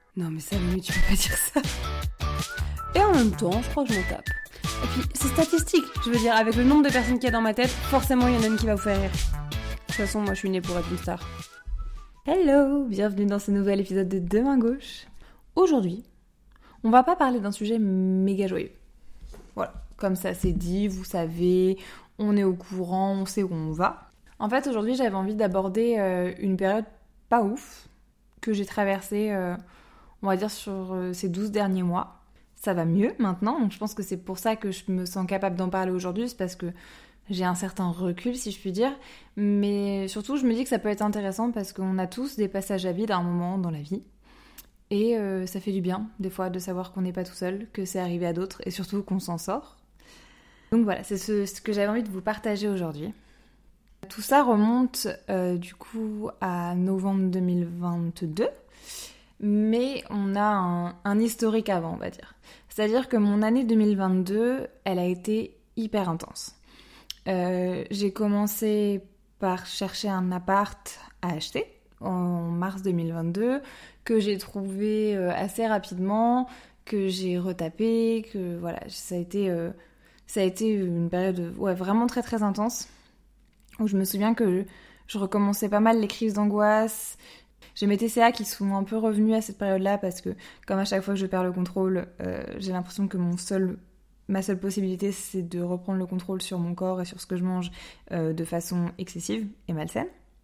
Non mais ça, mais tu peux pas dire ça. Et en même temps, je crois que je m'en tape. Et puis, c'est statistique. Je veux dire, avec le nombre de personnes qu'il y a dans ma tête, forcément, il y en a une qui va vous faire rire. De toute façon, moi, je suis née pour être une star. Hello, bienvenue dans ce nouvel épisode de Deux mains gauches. Aujourd'hui, on va pas parler d'un sujet méga joyeux. Voilà, comme ça c'est dit, vous savez, on est au courant, on sait où on va. En fait, aujourd'hui, j'avais envie d'aborder une période pas ouf que j'ai traversée, on va dire, sur ces 12 derniers mois. Ça va mieux maintenant, donc je pense que c'est pour ça que je me sens capable d'en parler aujourd'hui, c'est parce que j'ai un certain recul, si je puis dire. Mais surtout, je me dis que ça peut être intéressant parce qu'on a tous des passages à vide à un moment dans la vie. Et ça fait du bien, des fois, de savoir qu'on n'est pas tout seul, que c'est arrivé à d'autres, et surtout qu'on s'en sort. Donc voilà, c'est ce que j'avais envie de vous partager aujourd'hui. Tout ça remonte du coup à novembre 2022, mais on a un historique avant, on va dire. C'est-à-dire que mon année 2022, elle a été hyper intense. J'ai commencé par chercher un appart à acheter en mars 2022, que j'ai trouvé assez rapidement, que j'ai retapé, que voilà, ça a été une période vraiment très très intense, où je me souviens que je recommençais pas mal les crises d'angoisse. J'ai mes TCA qui sont un peu revenus à cette période-là, parce que comme à chaque fois que je perds le contrôle, j'ai l'impression que ma seule possibilité, c'est de reprendre le contrôle sur mon corps et sur ce que je mange de façon excessive et malsaine.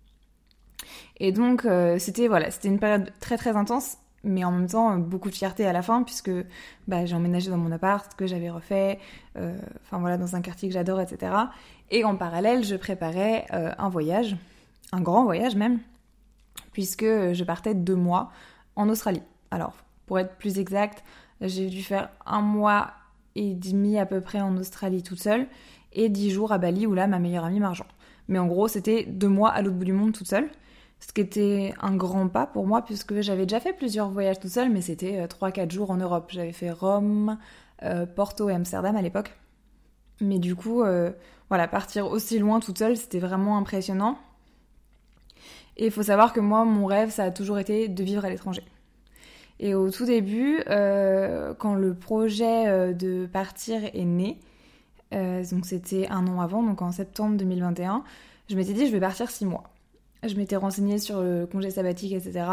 Et donc, c'était une période très très intense, mais en même temps, beaucoup de fierté à la fin, puisque j'ai emménagé dans mon appart, que j'avais refait, dans un quartier que j'adore, etc. Et en parallèle, je préparais un voyage, un grand voyage même, puisque je partais 2 mois en Australie. Alors, pour être plus exact, j'ai dû faire 1 mois et demi à peu près en Australie toute seule, et 10 jours à Bali, où là, ma meilleure amie m'a rejoint. Mais en gros, c'était 2 mois à l'autre bout du monde toute seule, ce qui était un grand pas pour moi, puisque j'avais déjà fait plusieurs voyages toute seule, mais c'était 3-4 jours en Europe. J'avais fait Rome, Porto et Amsterdam à l'époque. Mais du coup, partir aussi loin toute seule, c'était vraiment impressionnant. Et il faut savoir que moi, mon rêve, ça a toujours été de vivre à l'étranger. Et au tout début, quand le projet de partir est né, donc c'était 1 an avant, donc en septembre 2021, je m'étais dit je vais partir 6 mois. Je m'étais renseignée sur le congé sabbatique, etc.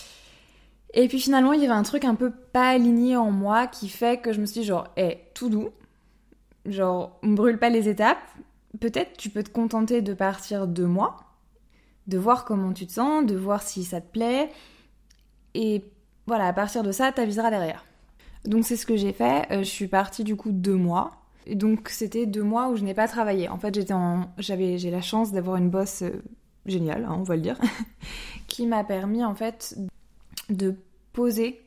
Et puis finalement, il y avait un truc un peu pas aligné en moi qui fait que je me suis dit genre, tout doux, genre, on brûle pas les étapes, peut-être tu peux te contenter de partir 2 mois, de voir comment tu te sens, de voir si ça te plaît, et voilà, à partir de ça, t'aviseras derrière. Donc c'est ce que j'ai fait, je suis partie du coup 2 mois, et donc c'était 2 mois où je n'ai pas travaillé. En fait, j'ai la chance d'avoir une boss géniale, on va le dire, qui m'a permis en fait de poser.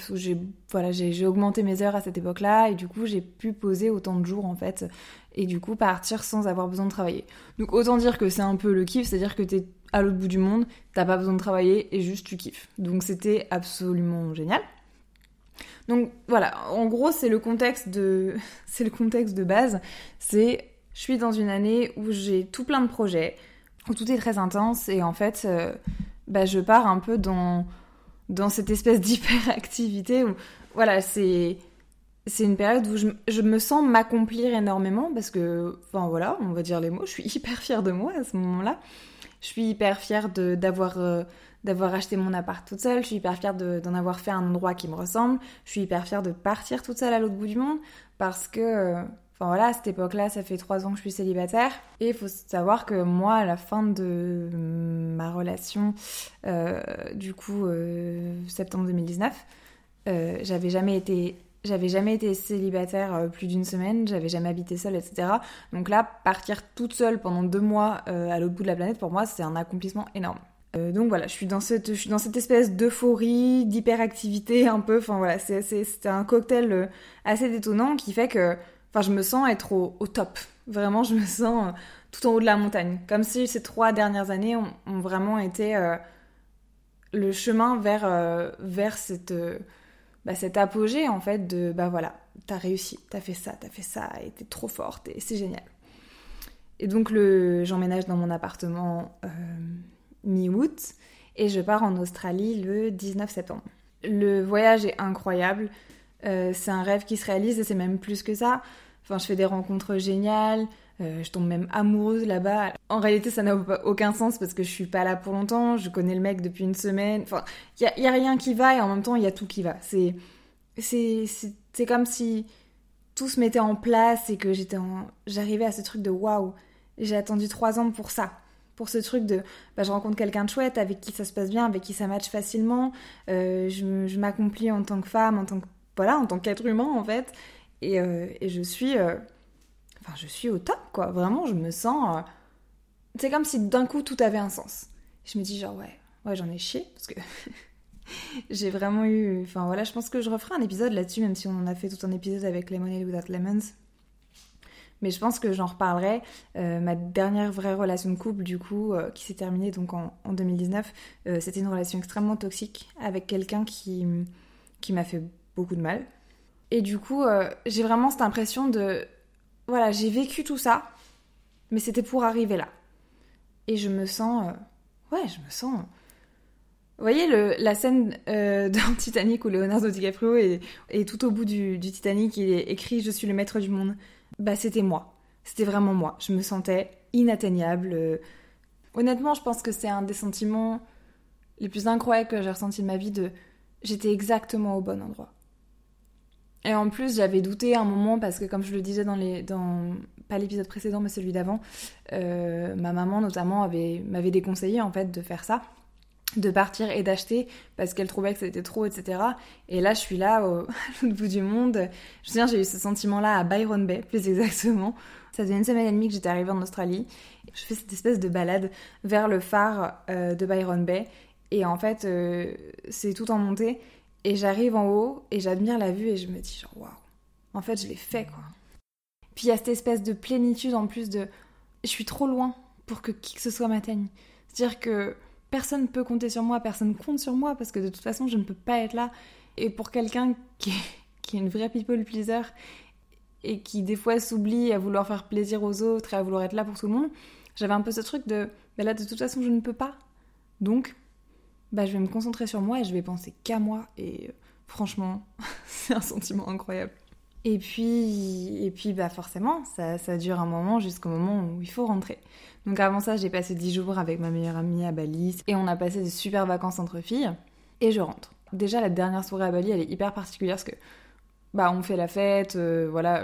J'ai augmenté mes heures à cette époque-là, et du coup j'ai pu poser autant de jours en fait, et du coup partir sans avoir besoin de travailler. Donc autant dire que c'est un peu le kiff, c'est-à-dire que t'es à l'autre bout du monde, t'as pas besoin de travailler et juste tu kiffes. Donc c'était absolument génial. Donc voilà, en gros c'est le contexte de base, je suis dans une année où j'ai tout plein de projets, où tout est très intense, et en fait je pars un peu dans cette espèce d'hyperactivité où voilà, c'est une période où je me sens m'accomplir énormément, parce que on va dire les mots, je suis hyper fière de moi à ce moment-là. Je suis hyper fière d'avoir acheté mon appart toute seule, je suis hyper fière d'en avoir fait un endroit qui me ressemble, je suis hyper fière de partir toute seule à l'autre bout du monde, parce que à cette époque-là, ça fait 3 ans que je suis célibataire, et il faut savoir que moi, à la fin de ma relation, septembre 2019, j'avais jamais été célibataire plus d'1 semaine, j'avais jamais habité seule, etc. Donc là, partir toute seule pendant 2 mois à l'autre bout de la planète, pour moi, c'est un accomplissement énorme. Donc voilà, je suis dans cette espèce d'euphorie, d'hyperactivité un peu, c'est un cocktail assez détonnant qui fait que je me sens être au top. Vraiment, je me sens tout en haut de la montagne. Comme si ces 3 dernières années ont vraiment été le chemin vers cet apogée, en fait, de t'as réussi, t'as fait ça, et t'es trop forte, et c'est génial. Et donc, j'emménage dans mon appartement mi-août, et je pars en Australie le 19 septembre. Le voyage est incroyable. C'est un rêve qui se réalise et c'est même plus que ça. Enfin, je fais des rencontres géniales. Je tombe même amoureuse là-bas. En réalité, ça n'a aucun sens parce que je suis pas là pour longtemps. Je connais le mec depuis une semaine. Enfin, y a rien qui va et en même temps, il y a tout qui va. C'est comme si tout se mettait en place et que j'arrivais à ce truc de waouh. J'ai attendu 3 ans pour ça. Pour ce truc de je rencontre quelqu'un de chouette avec qui ça se passe bien, avec qui ça matche facilement. Je m'accomplis en tant que femme, en tant qu'être humain en fait. Et je suis au top, quoi. Vraiment, je me sens... C'est comme si d'un coup, tout avait un sens. Je me dis genre, ouais, j'en ai chié, parce que j'ai vraiment eu... Enfin, voilà, je pense que je referai un épisode là-dessus, même si on en a fait tout un épisode avec Lemonade Without Lemons. Mais je pense que j'en reparlerai. Ma dernière vraie relation de couple, du coup, qui s'est terminée donc en 2019, c'était une relation extrêmement toxique avec quelqu'un qui m'a fait beaucoup de mal. Et du coup, j'ai vraiment cette impression de... Voilà, j'ai vécu tout ça, mais c'était pour arriver là. Et je me sens... Vous voyez la scène dans Titanic où Leonardo DiCaprio est tout au bout du Titanic, il est écrit « Je suis le maître du monde ». C'était moi. C'était vraiment moi. Je me sentais inatteignable. Honnêtement, je pense que c'est un des sentiments les plus incroyables que j'ai ressentis de ma vie. J'étais exactement au bon endroit. Et en plus, j'avais douté un moment parce que, comme je le disais dans pas l'épisode précédent, mais celui d'avant, ma maman notamment m'avait déconseillé en fait de faire ça, de partir et d'acheter parce qu'elle trouvait que c'était trop, etc. Et là, je suis là à l'autre bout du monde. Je me souviens, j'ai eu ce sentiment-là à Byron Bay, plus exactement. Ça faisait 1 semaine et demie que j'étais arrivée en Australie. Je fais cette espèce de balade vers le phare de Byron Bay. Et en fait, c'est tout en montée. Et j'arrive en haut et j'admire la vue et je me dis genre waouh, en fait je l'ai fait quoi. Puis il y a cette espèce de plénitude en plus de je suis trop loin pour que qui que ce soit m'atteigne. C'est-à-dire que personne ne peut compter sur moi, personne compte sur moi parce que de toute façon je ne peux pas être là. Et pour quelqu'un qui est une vraie people pleaser et qui des fois s'oublie à vouloir faire plaisir aux autres et à vouloir être là pour tout le monde, j'avais un peu ce truc de là de toute façon je ne peux pas. Donc je vais me concentrer sur moi et je vais penser qu'à moi. Et franchement, c'est un sentiment incroyable. Et puis forcément, ça dure un moment jusqu'au moment où il faut rentrer. Donc avant ça, j'ai passé 10 jours avec ma meilleure amie à Bali. Et on a passé des super vacances entre filles. Et je rentre. Déjà, la dernière soirée à Bali, elle est hyper particulière parce que on fait la fête, voilà.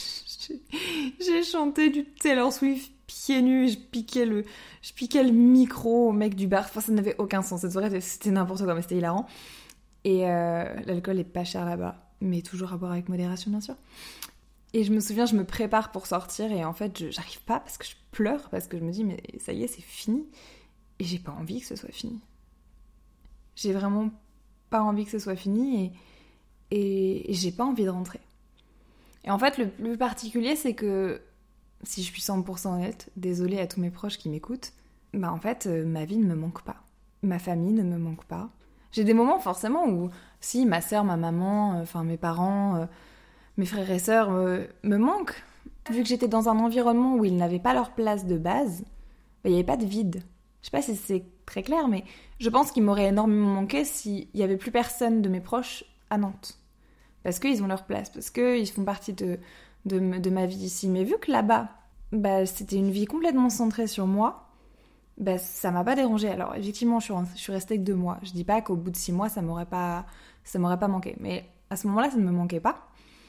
J'ai chanté du Taylor Swift pieds nus, je piquais le micro au mec du bar. Enfin, ça n'avait aucun sens. Cette soirée, c'était n'importe quoi, mais c'était hilarant. Et l'alcool est pas cher là-bas, mais toujours à boire avec modération, bien sûr. Et je me souviens, je me prépare pour sortir et en fait, j'arrive pas parce que je pleure, parce que je me dis, mais ça y est, c'est fini. Et j'ai pas envie que ce soit fini. J'ai vraiment pas envie que ce soit fini et j'ai pas envie de rentrer. Et en fait, le plus particulier, c'est que, si je suis 100% honnête, désolée à tous mes proches qui m'écoutent, en fait, ma vie ne me manque pas. Ma famille ne me manque pas. J'ai des moments, forcément, où, si, ma sœur, ma maman, mes parents, mes frères et sœurs me manquent. Vu que j'étais dans un environnement où ils n'avaient pas leur place de base, il n'y avait pas de vide. Je sais pas si c'est très clair, mais je pense qu'il m'aurait énormément manqué s'il n'y avait plus personne de mes proches à Nantes. Parce qu'ils ont leur place, parce qu'ils font partie de ma vie ici. Mais vu que là-bas, c'était une vie complètement centrée sur moi, ça m'a pas dérangée. Alors effectivement, je suis restée que 2 mois. Je dis pas qu'au bout de 6 mois, ça m'aurait pas manqué. Mais à ce moment-là, ça ne me manquait pas.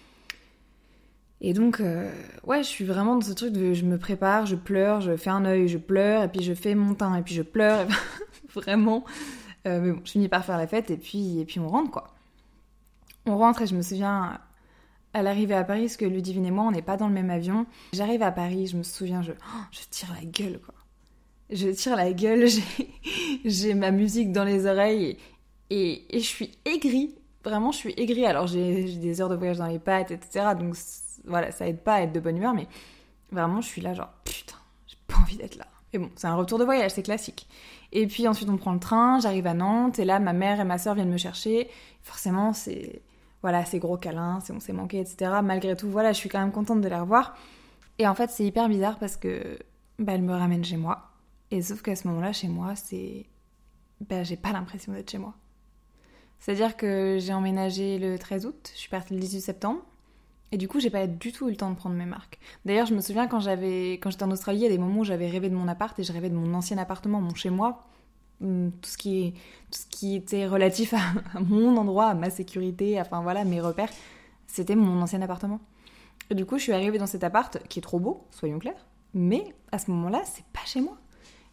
Et donc, je suis vraiment dans ce truc de je me prépare, je pleure, je fais un œil, je pleure, et puis je fais mon teint, et puis je pleure. Vraiment. Mais bon, je finis par faire la fête, et puis on rentre, quoi. On rentre et je me souviens à l'arrivée à Paris, parce que Ludivine et moi, on n'est pas dans le même avion. J'arrive à Paris, je me souviens, je tire la gueule, quoi. Je tire la gueule, j'ai ma musique dans les oreilles et je suis aigrie. Vraiment, je suis aigrie. Alors, j'ai des heures de voyage dans les pattes, etc. Donc, voilà, ça aide pas à être de bonne humeur, mais vraiment, je suis là genre, putain, j'ai pas envie d'être là. Mais bon, c'est un retour de voyage, c'est classique. Et puis ensuite, on prend le train, j'arrive à Nantes, et là, ma mère et ma sœur viennent me chercher. Forcément, c'est gros câlins, on s'est manqué, etc. Malgré tout, voilà, je suis quand même contente de les revoir. Et en fait, c'est hyper bizarre parce que, elle me ramène chez moi. Et sauf qu'à ce moment-là, chez moi, j'ai pas l'impression d'être chez moi. C'est-à-dire que j'ai emménagé le 13 août, je suis partie le 18 septembre, et du coup, j'ai pas du tout eu le temps de prendre mes marques. D'ailleurs, je me souviens quand j'étais en Australie, il y a des moments où j'avais rêvé de mon appart, et je rêvais de mon ancien appartement, mon chez-moi, tout ce qui était relatif à mon endroit, à ma sécurité, enfin voilà, mes repères, c'était mon ancien appartement. Et du coup, je suis arrivée dans cet appart, qui est trop beau, soyons clairs, mais à ce moment-là, c'est pas chez moi.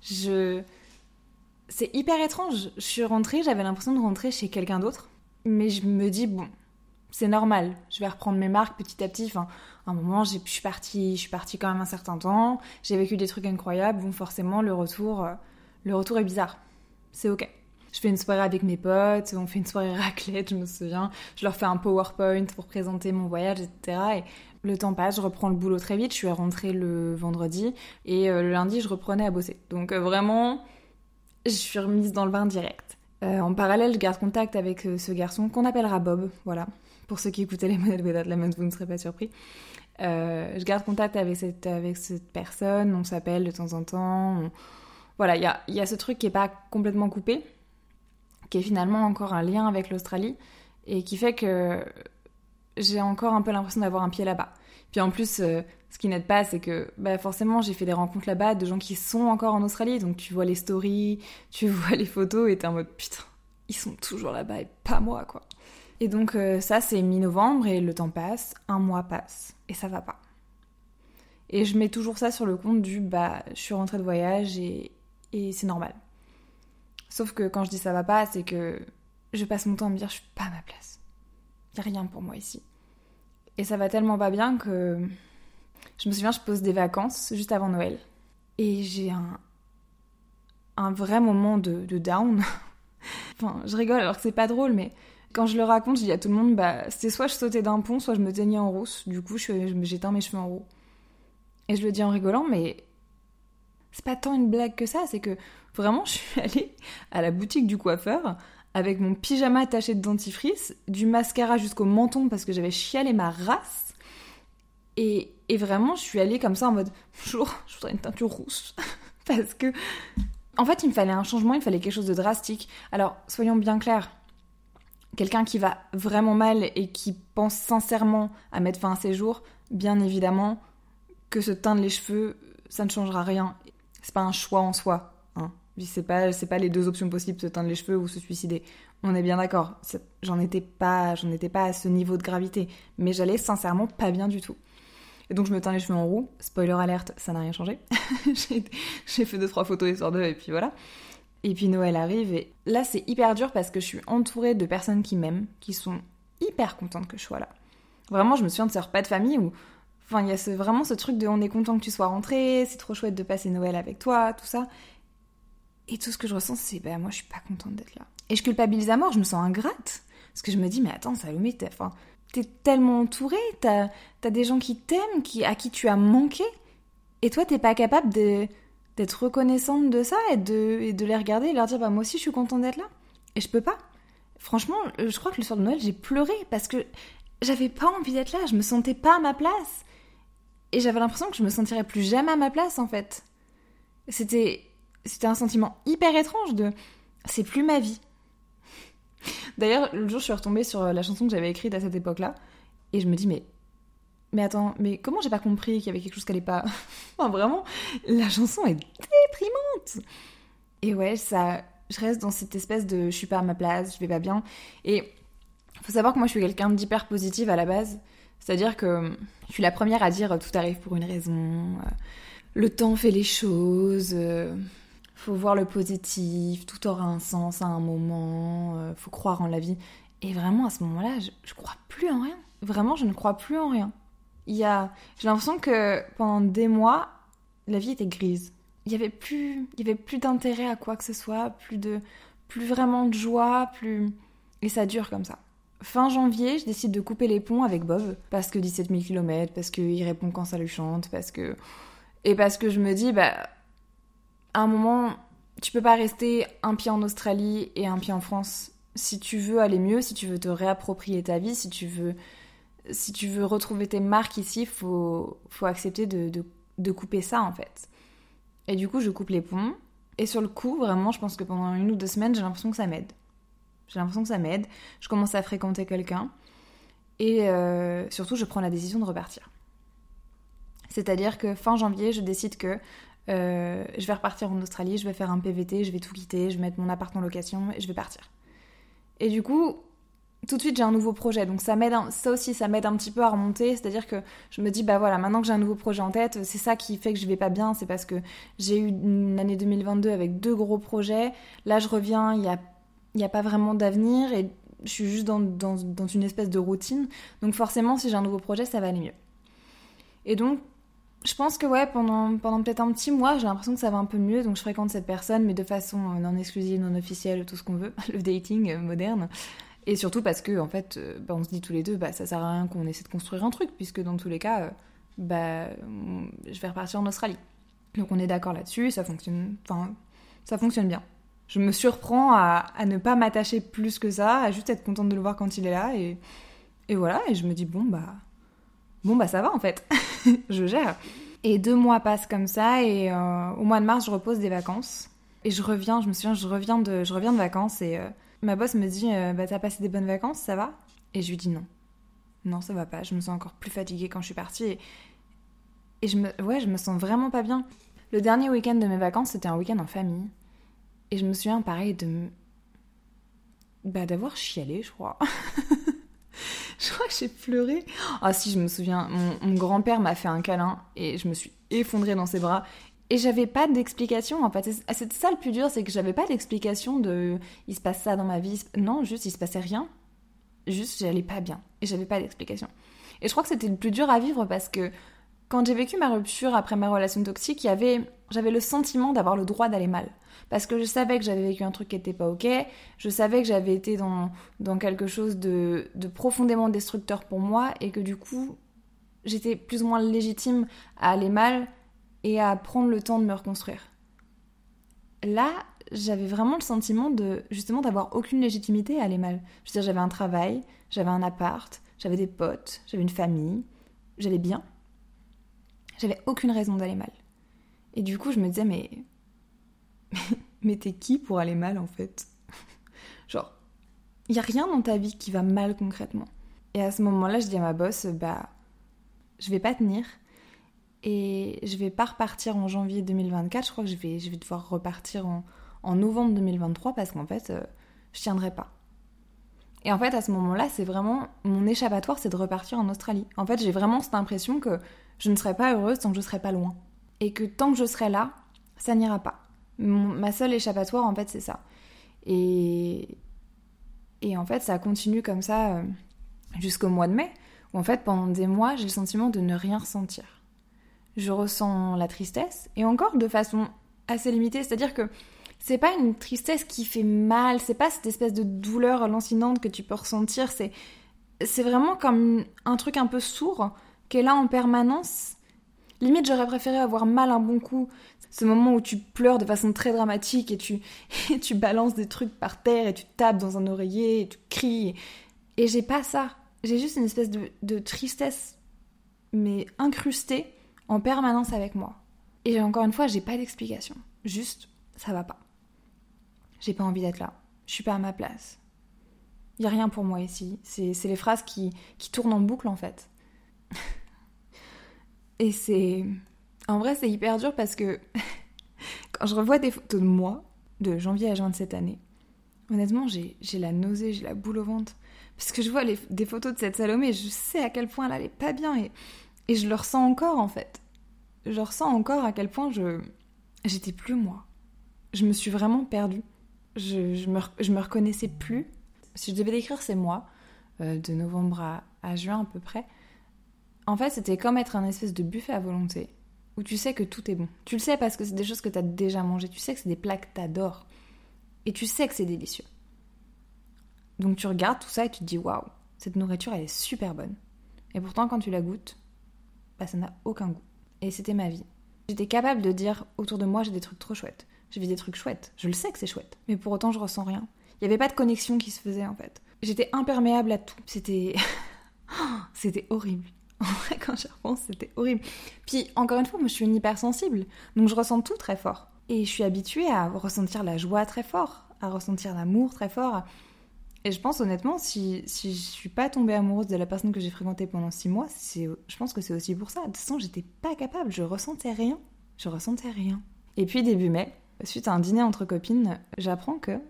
C'est hyper étrange. Je suis rentrée, j'avais l'impression de rentrer chez quelqu'un d'autre. Mais je me dis, bon, c'est normal. Je vais reprendre mes marques petit à petit. Enfin, à un moment, je suis partie quand même un certain temps. J'ai vécu des trucs incroyables. Bon, forcément, le retour est bizarre. C'est ok. Je fais une soirée avec mes potes, on fait une soirée raclette, je me souviens. Je leur fais un PowerPoint pour présenter mon voyage, etc. Et le temps passe, je reprends le boulot très vite. Je suis rentrée le vendredi et le lundi, je reprenais à bosser. Donc vraiment, je suis remise dans le bain direct. En parallèle, je garde contact avec ce garçon qu'on appellera Bob, voilà. Pour ceux qui écoutaient les modèles Without Lemons, vous ne serez pas surpris. Je garde contact avec cette personne, on s'appelle de temps en temps. Voilà, il y a ce truc qui n'est pas complètement coupé, qui est finalement encore un lien avec l'Australie, et qui fait que j'ai encore un peu l'impression d'avoir un pied là-bas. Puis en plus, ce qui n'aide pas, c'est que forcément, j'ai fait des rencontres là-bas de gens qui sont encore en Australie, donc tu vois les stories, tu vois les photos, et t'es en mode, putain, ils sont toujours là-bas, et pas moi, quoi. Et donc ça, c'est mi-novembre, et le temps passe, un mois passe, et ça va pas. Et je mets toujours ça sur le compte du, je suis rentrée de voyage, et c'est normal. Sauf que quand je dis ça va pas, c'est que je passe mon temps à me dire je suis pas à ma place. Y a rien pour moi ici. Et ça va tellement pas bien que je me souviens, je pose des vacances juste avant Noël. Et j'ai un vrai moment de down. Enfin, je rigole alors que c'est pas drôle, mais quand je le raconte, je dis à tout le monde, c'est soit je sautais d'un pont, soit je me teignais en rousse. Du coup, j'éteins mes cheveux en roux. Et je le dis en rigolant, mais c'est pas tant une blague que ça, c'est que vraiment, je suis allée à la boutique du coiffeur avec mon pyjama taché de dentifrice, du mascara jusqu'au menton parce que j'avais chialé ma race. Et vraiment, je suis allée comme ça en mode bonjour, je voudrais une teinture rousse. Parce que, en fait, il me fallait un changement, il me fallait quelque chose de drastique. Alors, soyons bien clairs, quelqu'un qui va vraiment mal et qui pense sincèrement à mettre fin à ses jours, bien évidemment que se teindre les cheveux, ça ne changera rien. C'est pas un choix en soi, hein. C'est pas les deux options possibles, se teindre les cheveux ou se suicider. On est bien d'accord. J'en étais pas à ce niveau de gravité, mais j'allais sincèrement pas bien du tout. Et donc je me teins les cheveux en roux. Spoiler alerte, ça n'a rien changé. J'ai fait 2-3 photos histoire d'eux et puis voilà. Et puis Noël arrive et là c'est hyper dur parce que je suis entourée de personnes qui m'aiment, qui sont hyper contentes que je sois là. Vraiment, je me souviens de ce repas de famille où il y a vraiment ce truc de on est content que tu sois rentrée, c'est trop chouette de passer Noël avec toi, tout ça. Et tout ce que je ressens, c'est moi je suis pas contente d'être là. Et je culpabilise à mort, je me sens ingrate. Parce que je me dis, mais attends, Salomé, t'es tellement entourée, t'as des gens qui t'aiment, à qui tu as manqué. Et toi, t'es pas capable d'être reconnaissante de ça et de les regarder et leur dire, moi aussi je suis contente d'être là. Et je peux pas. Franchement, je crois que le soir de Noël, j'ai pleuré parce que j'avais pas envie d'être là, je me sentais pas à ma place. Et j'avais l'impression que je me sentirais plus jamais à ma place, en fait. C'était un sentiment hyper étrange de « c'est plus ma vie ». D'ailleurs, l'autre jour, je suis retombée sur la chanson que j'avais écrite à cette époque-là, et je me dis mais attends, mais comment j'ai pas compris qu'il y avait quelque chose qui allait pas... Enfin, vraiment, la chanson est déprimante. Et ouais, je reste dans cette espèce de « je suis pas à ma place, je vais pas bien ». Et faut savoir que moi, je suis quelqu'un d'hyper positive à la base. C'est-à-dire que je suis la première à dire « tout arrive pour une raison », le temps fait les choses, faut voir le positif, tout aura un sens à un moment, faut croire en la vie. Et vraiment, à ce moment-là, je crois plus en rien. Vraiment, je ne crois plus en rien. J'ai l'impression que pendant des mois, la vie était grise. Il y avait plus d'intérêt à quoi que ce soit, plus vraiment de joie, et ça dure comme ça. Fin janvier, je décide de couper les ponts avec Bob, parce que 17 000 km, parce qu'il répond quand ça lui chante, parce que je me dis, à un moment, tu peux pas rester un pied en Australie et un pied en France. Si tu veux aller mieux, si tu veux te réapproprier ta vie, si tu veux retrouver tes marques ici, faut accepter de couper ça, en fait. Et du coup, je coupe les ponts. Et sur le coup, vraiment, je pense que pendant 1 ou 2 semaines, j'ai l'impression que ça m'aide. J'ai l'impression que ça m'aide. Je commence à fréquenter quelqu'un. Et surtout, je prends la décision de repartir. C'est-à-dire que fin janvier, je décide que je vais repartir en Australie, je vais faire un PVT, je vais tout quitter, je vais mettre mon appart en location et je vais partir. Et du coup, tout de suite, j'ai un nouveau projet. Donc ça m'aide un petit peu à remonter. C'est-à-dire que je me dis, bah voilà, maintenant que j'ai un nouveau projet en tête, c'est ça qui fait que je vais pas bien. C'est parce que j'ai eu une année 2022 avec 2 gros projets. Là, je reviens, il y a pas vraiment d'avenir et je suis juste dans une espèce de routine. Donc forcément, si j'ai un nouveau projet, ça va aller mieux. Et donc, je pense que ouais, pendant peut-être un petit mois, j'ai l'impression que ça va un peu mieux. Donc je fréquente cette personne, mais de façon non exclusive, non officielle, tout ce qu'on veut. Le dating moderne. Et surtout parce que, en fait, on se dit tous les deux, ça sert à rien qu'on essaie de construire un truc, puisque dans tous les cas, je vais repartir en Australie. Donc on est d'accord là-dessus, ça fonctionne bien. Je me surprends à ne pas m'attacher plus que ça, à juste être contente de le voir quand il est là, et voilà, et je me dis, bon, ça va en fait, je gère. Et 2 mois passent comme ça, et au mois de mars, je repose des vacances. Et je reviens de vacances, et ma boss me dit, t'as passé des bonnes vacances, ça va ? Et je lui dis non. Non, ça va pas, je me sens encore plus fatiguée quand je suis partie, et je me sens vraiment pas bien. Le dernier week-end de mes vacances, c'était un week-end en famille, et je me souviens, pareil, d'avoir chialé, je crois. Je crois que j'ai pleuré. Ah si, je me souviens, mon grand-père m'a fait un câlin et je me suis effondrée dans ses bras. Et j'avais pas d'explication, en fait. C'était ça le plus dur, c'est que j'avais pas d'explication de « il se passe ça dans ma vie ». Non, juste, il se passait rien. Juste, j'allais pas bien. Et j'avais pas d'explication. Et je crois que c'était le plus dur à vivre parce que quand j'ai vécu ma rupture après ma relation toxique, j'avais le sentiment d'avoir le droit d'aller mal. Parce que je savais que j'avais vécu un truc qui était pas ok, je savais que j'avais été dans quelque chose de profondément destructeur pour moi, et que du coup, j'étais plus ou moins légitime à aller mal et à prendre le temps de me reconstruire. Là, j'avais vraiment le sentiment justement d'avoir aucune légitimité à aller mal. Je veux dire, j'avais un travail, j'avais un appart, j'avais des potes, j'avais une famille, j'allais bien. J'avais aucune raison d'aller mal. Et du coup, je me disais, mais t'es qui pour aller mal, en fait ? Genre, il y a rien dans ta vie qui va mal concrètement. Et à ce moment-là, je dis à ma boss, je vais pas tenir. Et je vais pas repartir en janvier 2024. Je crois que je vais devoir repartir en novembre 2023 parce qu'en fait, je tiendrai pas. Et en fait, à ce moment-là, c'est vraiment... Mon échappatoire, c'est de repartir en Australie. En fait, j'ai vraiment cette impression que je ne serai pas heureuse tant que je serai pas loin. Et que tant que je serai là, ça n'ira pas. Ma seule échappatoire, en fait, c'est ça. Et en fait, ça continue comme ça jusqu'au mois de mai, où en fait, pendant des mois, j'ai le sentiment de ne rien ressentir. Je ressens la tristesse, et encore de façon assez limitée, c'est-à-dire que c'est pas une tristesse qui fait mal, c'est pas cette espèce de douleur lancinante que tu peux ressentir, c'est vraiment comme un truc un peu sourd qui est là en permanence. Limite, j'aurais préféré avoir mal un bon coup. Ce moment où tu pleures de façon très dramatique et tu balances des trucs par terre et tu tapes dans un oreiller et tu cries. Et j'ai pas ça. J'ai juste une espèce de tristesse, mais incrustée en permanence avec moi. Et encore une fois, j'ai pas d'explication. Juste, ça va pas. J'ai pas envie d'être là. Je suis pas à ma place. Y a rien pour moi ici. C'est les phrases qui tournent en boucle, en fait. Et c'est... En vrai, c'est hyper dur parce que quand je revois des photos de moi, de janvier à juin de cette année, honnêtement, j'ai la nausée, j'ai la boule au ventre. Parce que je vois des photos de cette Salomé et je sais à quel point elle allait pas bien. Et je le ressens encore, en fait. Je ressens encore à quel point j'étais plus moi. Je me suis vraiment perdue. Je me reconnaissais plus. Si je devais décrire ces mois, de novembre à juin à peu près, en fait, c'était comme être un espèce de buffet à volonté, où tu sais que tout est bon. Tu le sais parce que c'est des choses que t'as déjà mangées, tu sais que c'est des plats que t'adores, et tu sais que c'est délicieux. Donc tu regardes tout ça et tu te dis, waouh, cette nourriture, elle est super bonne. Et pourtant, quand tu la goûtes, ça n'a aucun goût. Et c'était ma vie. J'étais capable de dire, autour de moi, j'ai des trucs trop chouettes. J'ai vu des trucs chouettes. Je le sais que c'est chouette, mais pour autant, je ressens rien. Il n'y avait pas de connexion qui se faisait, en fait. J'étais imperméable à tout. C'était horrible. En vrai, quand j'y repense, c'était horrible. Puis, encore une fois, moi, je suis une hypersensible. Donc, je ressens tout très fort. Et je suis habituée à ressentir la joie très fort, à ressentir l'amour très fort. Et je pense honnêtement, si je suis pas tombée amoureuse de la personne que j'ai fréquentée pendant 6 mois, je pense que c'est aussi pour ça. De toute façon, j'étais pas capable, je ressentais rien. Et puis début mai, suite à un dîner entre copines, j'apprends que,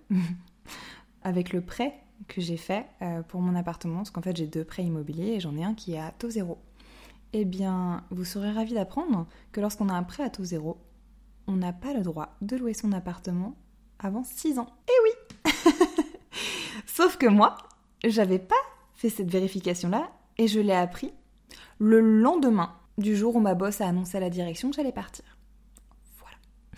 avec le prêt que j'ai fait pour mon appartement, parce qu'en fait j'ai 2 prêts immobiliers et j'en ai un qui est à taux zéro, eh bien vous serez ravis d'apprendre que lorsqu'on a un prêt à taux zéro, on n'a pas le droit de louer son appartement avant 6 ans. Eh oui. Sauf que moi, j'avais pas fait cette vérification-là et je l'ai appris le lendemain du jour où ma boss a annoncé à la direction que j'allais partir. Voilà.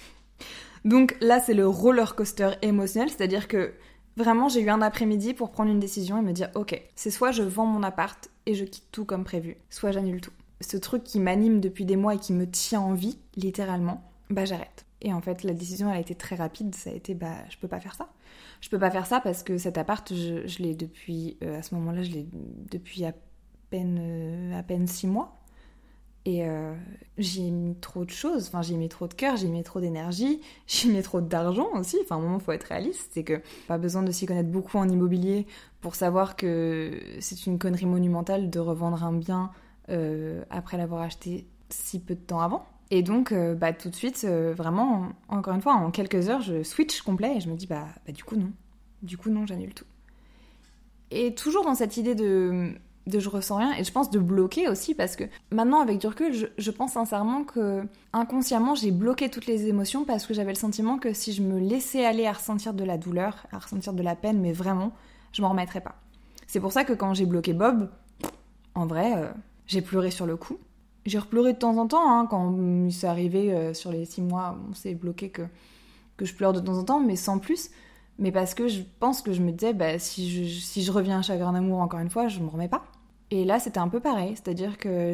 Donc là, c'est le roller coaster émotionnel, c'est-à-dire que vraiment, j'ai eu un après-midi pour prendre une décision et me dire « Ok, c'est soit je vends mon appart et je quitte tout comme prévu, soit j'annule tout. » Ce truc qui m'anime depuis des mois et qui me tient en vie, littéralement, bah j'arrête. Et en fait, la décision, elle a été très rapide. Ça a été, je peux pas faire ça. Je peux pas faire ça parce que cet appart, je l'ai depuis, à ce moment-là, je l'ai depuis à peine 6 mois. Et j'y ai mis trop de choses. Enfin, j'y ai mis trop de cœur, j'y ai mis trop d'énergie, j'y ai mis trop d'argent aussi. Enfin, à un moment, faut être réaliste. C'est que pas besoin de s'y connaître beaucoup en immobilier pour savoir que c'est une connerie monumentale de revendre un bien après l'avoir acheté si peu de temps avant. Et donc, tout de suite, vraiment, encore une fois, en quelques heures, je switch complet et je me dis, du coup, non. Du coup, non, j'annule tout. Et toujours dans cette idée de je ressens rien, et je pense de bloquer aussi, parce que maintenant, avec du recul, je pense sincèrement que, inconsciemment, j'ai bloqué toutes les émotions parce que j'avais le sentiment que si je me laissais aller à ressentir de la douleur, à ressentir de la peine, mais vraiment, je m'en remettrais pas. C'est pour ça que quand j'ai bloqué Bob, en vrai, j'ai pleuré sur le coup. J'ai repleuré de temps en temps, hein, quand c'est arrivé sur les 6 mois, on s'est bloqué que je pleure de temps en temps, mais sans plus. Mais parce que je pense que je me disais, si je reviens à Chagrin d'amour encore une fois, je me remets pas. Et là, c'était un peu pareil, c'est-à-dire que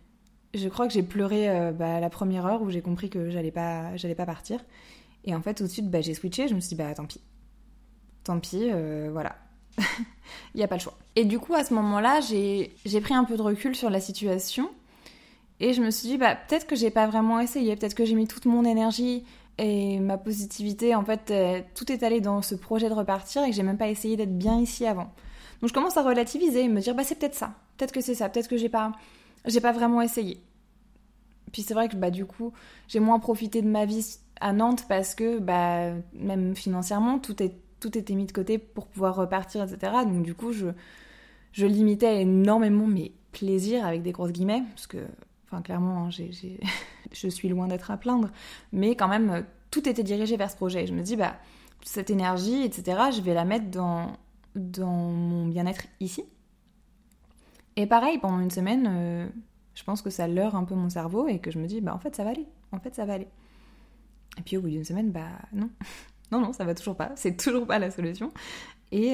je crois que j'ai pleuré la première heure où j'ai compris que j'allais pas partir. Et en fait, tout de suite, j'ai switché, je me suis dit, tant pis. Tant pis, voilà. Il n'y a pas le choix. Et du coup, à ce moment-là, j'ai pris un peu de recul sur la situation. Et je me suis dit, peut-être que j'ai pas vraiment essayé, peut-être que j'ai mis toute mon énergie et ma positivité, en fait, tout est allé dans ce projet de repartir et que j'ai même pas essayé d'être bien ici avant. Donc je commence à relativiser et me dire, c'est peut-être ça, peut-être que c'est ça, peut-être que j'ai pas vraiment essayé. Puis c'est vrai que du coup, j'ai moins profité de ma vie à Nantes parce que même financièrement, tout était mis de côté pour pouvoir repartir, etc. Donc du coup, je limitais énormément mes plaisirs avec des grosses guillemets, parce que clairement, hein, je suis loin d'être à plaindre, mais quand même, tout était dirigé vers ce projet. Je me dis, cette énergie, etc., je vais la mettre dans mon bien-être ici. Et pareil, pendant une semaine, je pense que ça leurre un peu mon cerveau et que je me dis, en fait, ça va aller. En fait, ça va aller. Et puis au bout d'une semaine, non. Non, ça va toujours pas. C'est toujours pas la solution. Et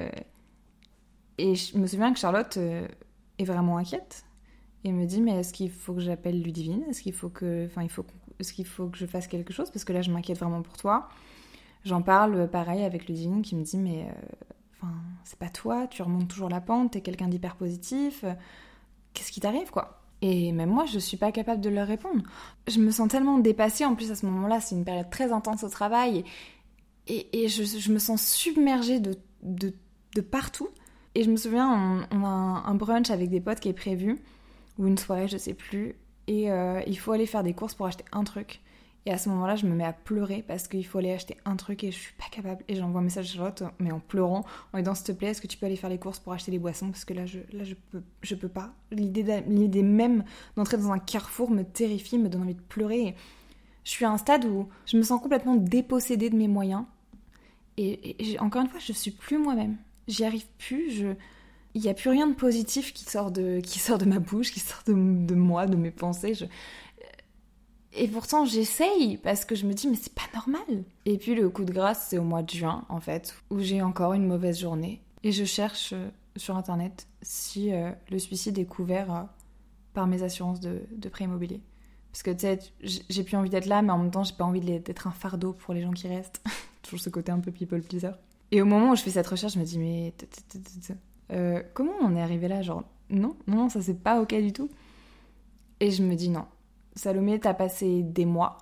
je me souviens que Charlotte est vraiment inquiète. Et me dit, mais est-ce qu'il faut que j'appelle Ludivine ? Est-ce qu'il faut que je fasse quelque chose ? Parce que là, je m'inquiète vraiment pour toi. J'en parle, pareil, avec Ludivine qui me dit, mais c'est pas toi, tu remontes toujours la pente, t'es quelqu'un d'hyper positif. Qu'est-ce qui t'arrive, quoi ? Et même moi, je suis pas capable de leur répondre. Je me sens tellement dépassée. En plus, à ce moment-là, c'est une période très intense au travail. Et je me sens submergée de partout. Et je me souviens, on a un brunch avec des potes qui est prévu, ou une soirée, je sais plus, et il faut aller faire des courses pour acheter un truc. Et à ce moment-là, je me mets à pleurer parce qu'il faut aller acheter un truc et je suis pas capable. Et j'envoie un message à Charlotte, mais en pleurant, en lui disant, s'il te plaît, est-ce que tu peux aller faire les courses pour acheter des boissons ? Parce que là, je peux pas. L'idée même d'entrer dans un carrefour me terrifie, me donne envie de pleurer. Et je suis à un stade où je me sens complètement dépossédée de mes moyens. Et encore une fois, je suis plus moi-même. J'y arrive plus, il n'y a plus rien de positif qui sort de ma bouche, qui sort de moi, de mes pensées. Et pourtant, j'essaye, parce que je me dis, mais c'est pas normal. Et puis le coup de grâce, c'est au mois de juin, en fait, où j'ai encore une mauvaise journée. Et je cherche sur Internet si le suicide est couvert par mes assurances de prêt immobilier. Parce que, tu sais, j'ai plus envie d'être là, mais en même temps, j'ai pas envie d'être un fardeau pour les gens qui restent. Toujours ce côté un peu people pleaser. Et au moment où je fais cette recherche, je me dis, mais comment on est arrivé là ? Genre, non, ça c'est pas ok du tout. Et je me dis, non, Salomé, t'as passé des mois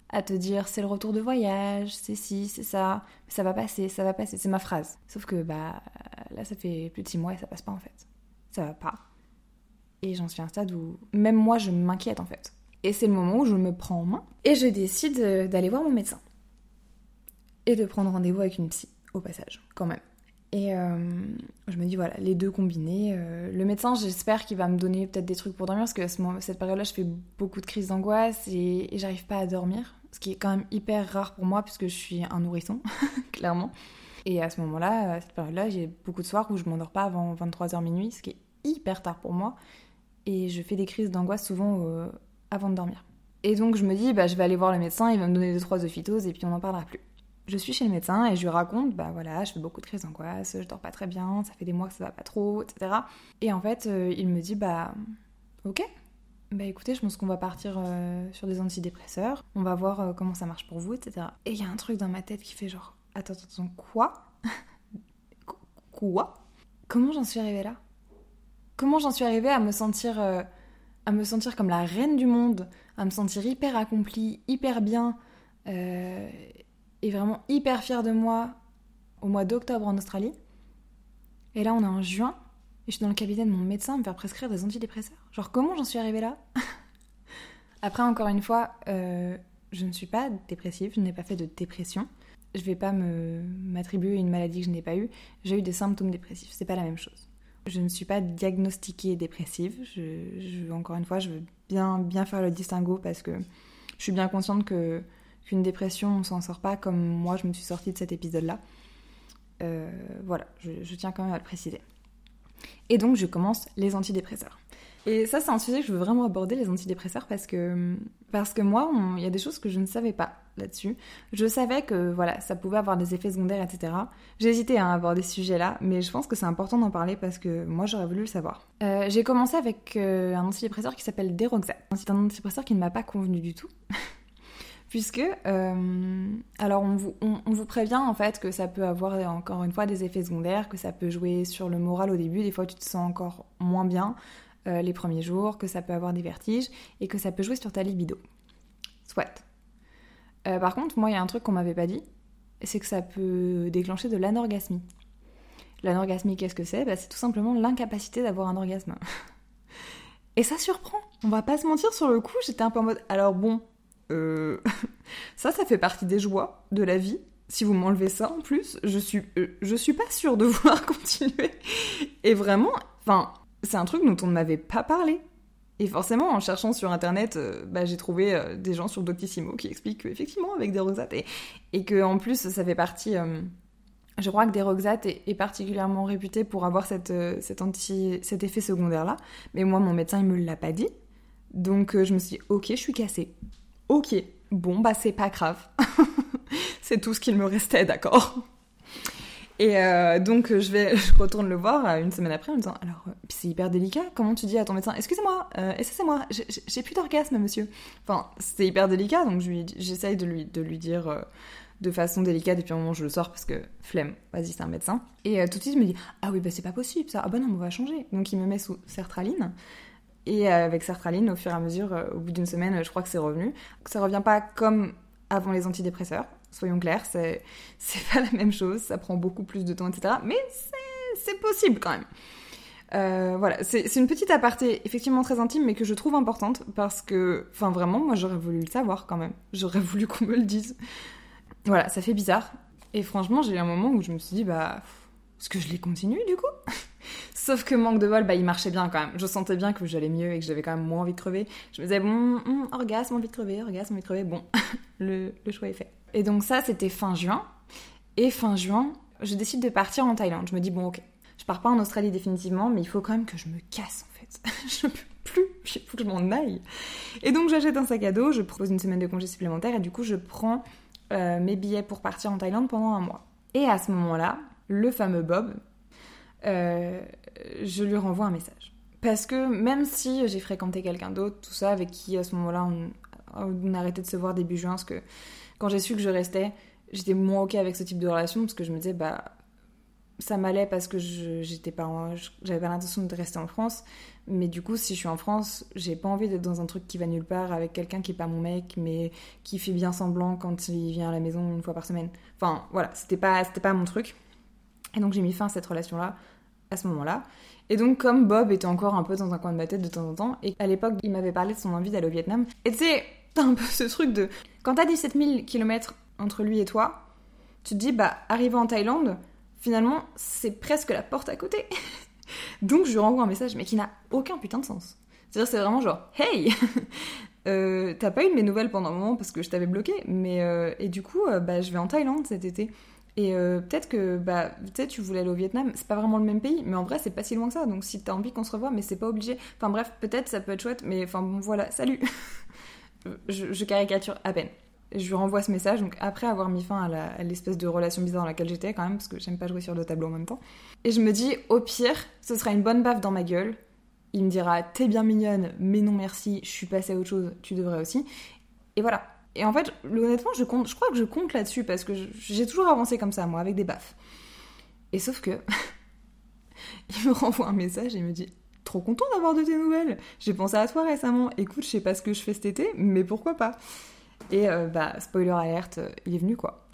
à te dire c'est le retour de voyage, c'est ci, c'est ça, ça va passer, c'est ma phrase. Sauf que là ça fait plus de 6 mois et ça passe pas en fait. Ça va pas. Et j'en suis à un stade où même moi je m'inquiète en fait. Et c'est le moment où je me prends en main et je décide d'aller voir mon médecin. Et de prendre rendez-vous avec une psy, au passage, quand même. Et je me dis, voilà, les deux combinés. Le médecin, j'espère qu'il va me donner peut-être des trucs pour dormir, parce que cette période-là, je fais beaucoup de crises d'angoisse et j'arrive pas à dormir, ce qui est quand même hyper rare pour moi, puisque je suis un nourrisson, clairement. Et à ce moment-là, à cette période-là, j'ai beaucoup de soirs où je m'endors pas avant 23h minuit, ce qui est hyper tard pour moi. Et je fais des crises d'angoisse souvent avant de dormir. Et donc je me dis, je vais aller voir le médecin, il va me donner 2-3 ophytoses et puis on n'en parlera plus. Je suis chez le médecin et je lui raconte, voilà, je fais beaucoup de crises d'angoisse, je dors pas très bien, ça fait des mois que ça va pas trop, etc. Et en fait, il me dit, ok, écoutez, je pense qu'on va partir sur des antidépresseurs, on va voir comment ça marche pour vous, etc. Et il y a un truc dans ma tête qui fait genre, attends, quoi ? Quoi ? Comment j'en suis arrivée là ? Comment j'en suis arrivée à me sentir comme la reine du monde, à me sentir hyper accomplie, hyper bien, et vraiment hyper fière de moi au mois d'octobre en Australie. Et là, on est en juin, et je suis dans le cabinet de mon médecin à me faire prescrire des antidépresseurs. Genre, comment j'en suis arrivée là ? Après, encore une fois, je ne suis pas dépressive, je n'ai pas fait de dépression. Je vais pas m'attribuer une maladie que je n'ai pas eue. J'ai eu des symptômes dépressifs, c'est pas la même chose. Je ne suis pas diagnostiquée dépressive. Encore une fois, je veux bien faire le distinguo parce que je suis bien consciente qu'une dépression, on s'en sort pas comme moi, je me suis sortie de cet épisode-là. Voilà, je tiens quand même à le préciser. Et donc, je commence les antidépresseurs. Et ça, c'est un sujet que je veux vraiment aborder, les antidépresseurs, parce que moi, il y a des choses que je ne savais pas là-dessus. Je savais que voilà, ça pouvait avoir des effets secondaires, etc. J'ai hésité à aborder ce sujet-là, mais je pense que c'est important d'en parler parce que moi, j'aurais voulu le savoir. J'ai commencé avec un antidépresseur qui s'appelle Deroxate. C'est un antidépresseur qui ne m'a pas convenu du tout. Puisque, alors on vous prévient en fait que ça peut avoir encore une fois des effets secondaires, que ça peut jouer sur le moral au début, des fois tu te sens encore moins bien les premiers jours, que ça peut avoir des vertiges et que ça peut jouer sur ta libido. Soit. Par contre, moi il y a un truc qu'on m'avait pas dit, c'est que ça peut déclencher de l'anorgasmie. L'anorgasmie, qu'est-ce que c'est ? C'est tout simplement l'incapacité d'avoir un orgasme. Et ça surprend, on va pas se mentir, sur le coup j'étais un peu en mode, alors bon... ça fait partie des joies de la vie. Si vous m'enlevez ça en plus, je suis pas sûre de vouloir continuer. Et vraiment, c'est un truc dont on ne m'avait pas parlé. Et forcément, en cherchant sur internet, j'ai trouvé des gens sur Doctissimo qui expliquent qu'effectivement, avec Deroxate, et que en plus, ça fait partie... je crois que Deroxate est particulièrement réputé pour avoir cet effet secondaire-là. Mais moi, mon médecin, il me l'a pas dit. Donc, je me suis dit, ok, je suis cassée. Ok, bon, c'est pas grave. C'est tout ce qu'il me restait, d'accord. Et donc, je retourne le voir une semaine après en me disant, alors, c'est hyper délicat, comment tu dis à ton médecin, excusez-moi, excusez-moi, j'ai plus d'orgasme, monsieur. Enfin, c'est hyper délicat, donc j'essaye de lui dire de façon délicate, et puis à un moment, je le sors parce que, flemme, vas-y, c'est un médecin. Et tout de suite, il me dit, ah oui, c'est pas possible, ça, ah non, on va changer. Donc, il me met sous sertraline. Et avec sertraline, au fur et à mesure, au bout d'une semaine, je crois que c'est revenu. Ça revient pas comme avant les antidépresseurs, soyons clairs, c'est pas la même chose, ça prend beaucoup plus de temps, etc. Mais c'est possible quand même. Voilà, c'est une petite aparté effectivement très intime, mais que je trouve importante, parce que, vraiment, moi j'aurais voulu le savoir quand même. J'aurais voulu qu'on me le dise. Voilà, ça fait bizarre. Et franchement, j'ai eu un moment où je me suis dit, est-ce que je les continue du coup ? Sauf que manque de bol, il marchait bien quand même. Je sentais bien que j'allais mieux et que j'avais quand même moins envie de crever. Je me disais, orgasme, envie de crever, bon, le choix est fait. Et donc ça, c'était fin juin. Et fin juin, je décide de partir en Thaïlande. Je me dis, ok, je pars pas en Australie définitivement, mais il faut quand même que je me casse en fait. Je peux plus, il faut que je m'en aille. Et donc j'achète un sac à dos, je propose une semaine de congé supplémentaire et du coup, je prends mes billets pour partir en Thaïlande pendant 1 mois. Et à ce moment-là, le fameux Bob... je lui renvoie un message. Parce que même si j'ai fréquenté quelqu'un d'autre, tout ça, avec qui à ce moment-là on arrêtait de se voir début juin, parce que quand j'ai su que je restais, j'étais moins ok avec ce type de relation, parce que je me disais, ça m'allait parce que j'avais pas l'intention de rester en France. Mais du coup, si je suis en France, j'ai pas envie d'être dans un truc qui va nulle part avec quelqu'un qui est pas mon mec, mais qui fait bien semblant quand il vient à la maison une fois par semaine. Enfin, voilà, c'était pas mon truc. Et donc, j'ai mis fin à cette relation-là, à ce moment-là. Et donc, comme Bob était encore un peu dans un coin de ma tête de temps en temps, et à l'époque, il m'avait parlé de son envie d'aller au Vietnam. Et tu sais, t'as un peu ce truc de... Quand t'as 17 000 km entre lui et toi, tu te dis, bah, arriver en Thaïlande, finalement, c'est presque la porte à côté. Donc je lui renvoie un message, mais qui n'a aucun putain de sens. C'est-à-dire, c'est vraiment genre, hey, t'as pas eu de mes nouvelles pendant un moment parce que je t'avais bloqué, mais et du coup, bah, je vais en Thaïlande cet été. Et peut-être que, bah, tu sais, tu voulais aller au Vietnam, c'est pas vraiment le même pays, mais en vrai, c'est pas si loin que ça. Donc si t'as envie qu'on se revoie, mais c'est pas obligé. Enfin bref, peut-être ça peut être chouette, mais enfin bon, voilà, salut. je caricature à peine. Je lui renvoie ce message, donc après avoir mis fin à l'espèce de relation bizarre dans laquelle j'étais quand même, parce que j'aime pas jouer sur deux tableaux en même temps. Et je me dis, au pire, ce sera une bonne baffe dans ma gueule. Il me dira, t'es bien mignonne, mais non merci, je suis passée à autre chose, tu devrais aussi. Et voilà. Et en fait, honnêtement, je crois que je compte là-dessus, parce que j'ai toujours avancé comme ça, moi, avec des baffes. Et sauf que, il me renvoie un message et il me dit, trop content d'avoir de tes nouvelles. J'ai pensé à toi récemment. Écoute, je sais pas ce que je fais cet été, mais pourquoi pas. Et bah, spoiler alerte, il est venu quoi.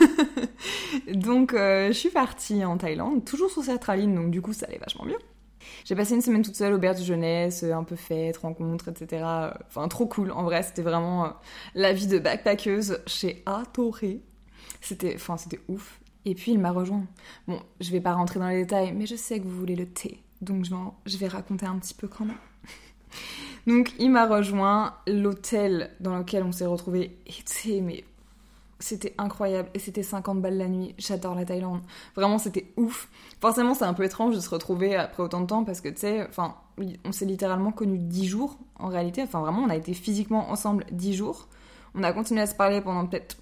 Donc je suis partie en Thaïlande, toujours sur Sertraline, donc du coup ça allait vachement mieux. J'ai passé une semaine toute seule, auberge de jeunesse, un peu fête, rencontre, etc. Enfin trop cool, en vrai c'était vraiment la vie de backpackeuse, j'ai adoré. C'était ouf. Et puis il m'a rejoint. Bon, je vais pas rentrer dans les détails, mais je sais que vous voulez le thé, donc je vais raconter un petit peu quand même. Donc il m'a rejoint, l'hôtel dans lequel on s'est retrouvés était, mais c'était incroyable, et c'était 50 balles la nuit, j'adore la Thaïlande, vraiment c'était ouf. Forcément c'est un peu étrange de se retrouver après autant de temps, parce que tu sais, enfin, on s'est littéralement connus 10 jours, en réalité, enfin vraiment on a été physiquement ensemble 10 jours, on a continué à se parler pendant peut-être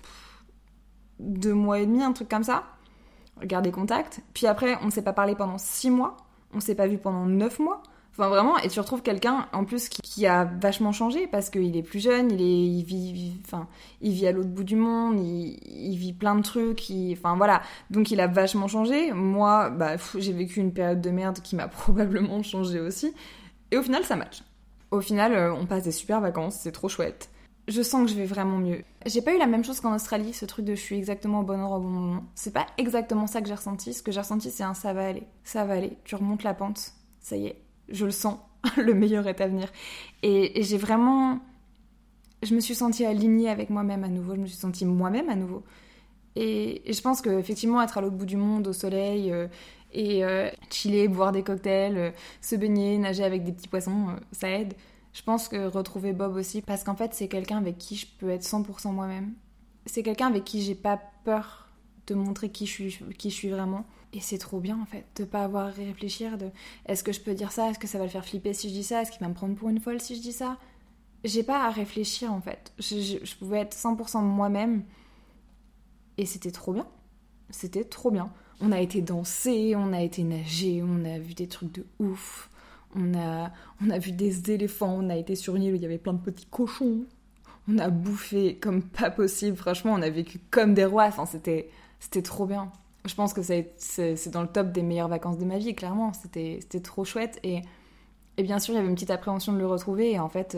2 mois et demi, un truc comme ça, garder contact, puis après on ne s'est pas parlé pendant 6 mois, on s'est pas vu pendant 9 mois. Enfin vraiment, et tu retrouves quelqu'un en plus qui a vachement changé parce qu'il est plus jeune, il vit à l'autre bout du monde, il vit plein de trucs, enfin voilà. Donc il a vachement changé. Moi, bah, j'ai vécu une période de merde qui m'a probablement changé aussi. Et au final, ça match. Au final, on passe des super vacances, c'est trop chouette. Je sens que je vais vraiment mieux. J'ai pas eu la même chose qu'en Australie, ce truc de je suis exactement au bon endroit au bon moment. C'est pas exactement ça que j'ai ressenti. Ce que j'ai ressenti, c'est un ça va aller. Ça va aller. Tu remontes la pente. Ça y est. Je le sens, le meilleur est à venir. Et j'ai vraiment... Je me suis sentie alignée avec moi-même à nouveau, je me suis sentie moi-même à nouveau. Et je pense qu'effectivement, être à l'autre bout du monde, au soleil, chiller, boire des cocktails, se baigner, nager avec des petits poissons, ça aide. Je pense que retrouver Bob aussi, parce qu'en fait, c'est quelqu'un avec qui je peux être 100% moi-même. C'est quelqu'un avec qui j'ai pas peur de montrer qui je suis vraiment. Et c'est trop bien en fait, de pas avoir à réfléchir de est-ce que je peux dire ça, est-ce que ça va le faire flipper si je dis ça, est-ce qu'il va me prendre pour une folle si je dis ça. J'ai pas à réfléchir en fait, je pouvais être 100% moi-même et c'était trop bien, c'était trop bien. On a été danser, on a été nager, on a vu des trucs de ouf, on a vu des éléphants, on a été sur une île où il y avait plein de petits cochons, on a bouffé comme pas possible, franchement on a vécu comme des rois, enfin c'était trop bien. Je pense que c'est dans le top des meilleures vacances de ma vie, clairement. C'était trop chouette. Et bien sûr, il y avait une petite appréhension de le retrouver. Et en fait,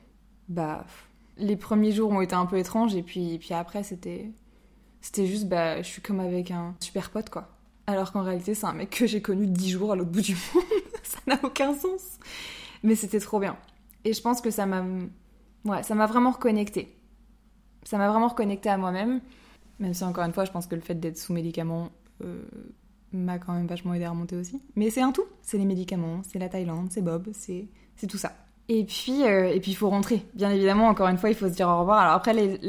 les premiers jours ont été un peu étranges. Et puis après, c'était juste, je suis comme avec un super pote, quoi. Alors qu'en réalité, c'est un mec que j'ai connu 10 jours à l'autre bout du monde. Ça n'a aucun sens. Mais c'était trop bien. Et je pense que ça m'a vraiment reconnectée. Ça m'a vraiment reconnectée à moi-même. Même si, encore une fois, je pense que le fait d'être sous médicaments m'a quand même vachement aidé à remonter aussi. Mais c'est un tout. C'est les médicaments, c'est la Thaïlande, c'est Bob, c'est tout ça. Et puis, il faut rentrer. Bien évidemment, encore une fois, il faut se dire au revoir. Alors après,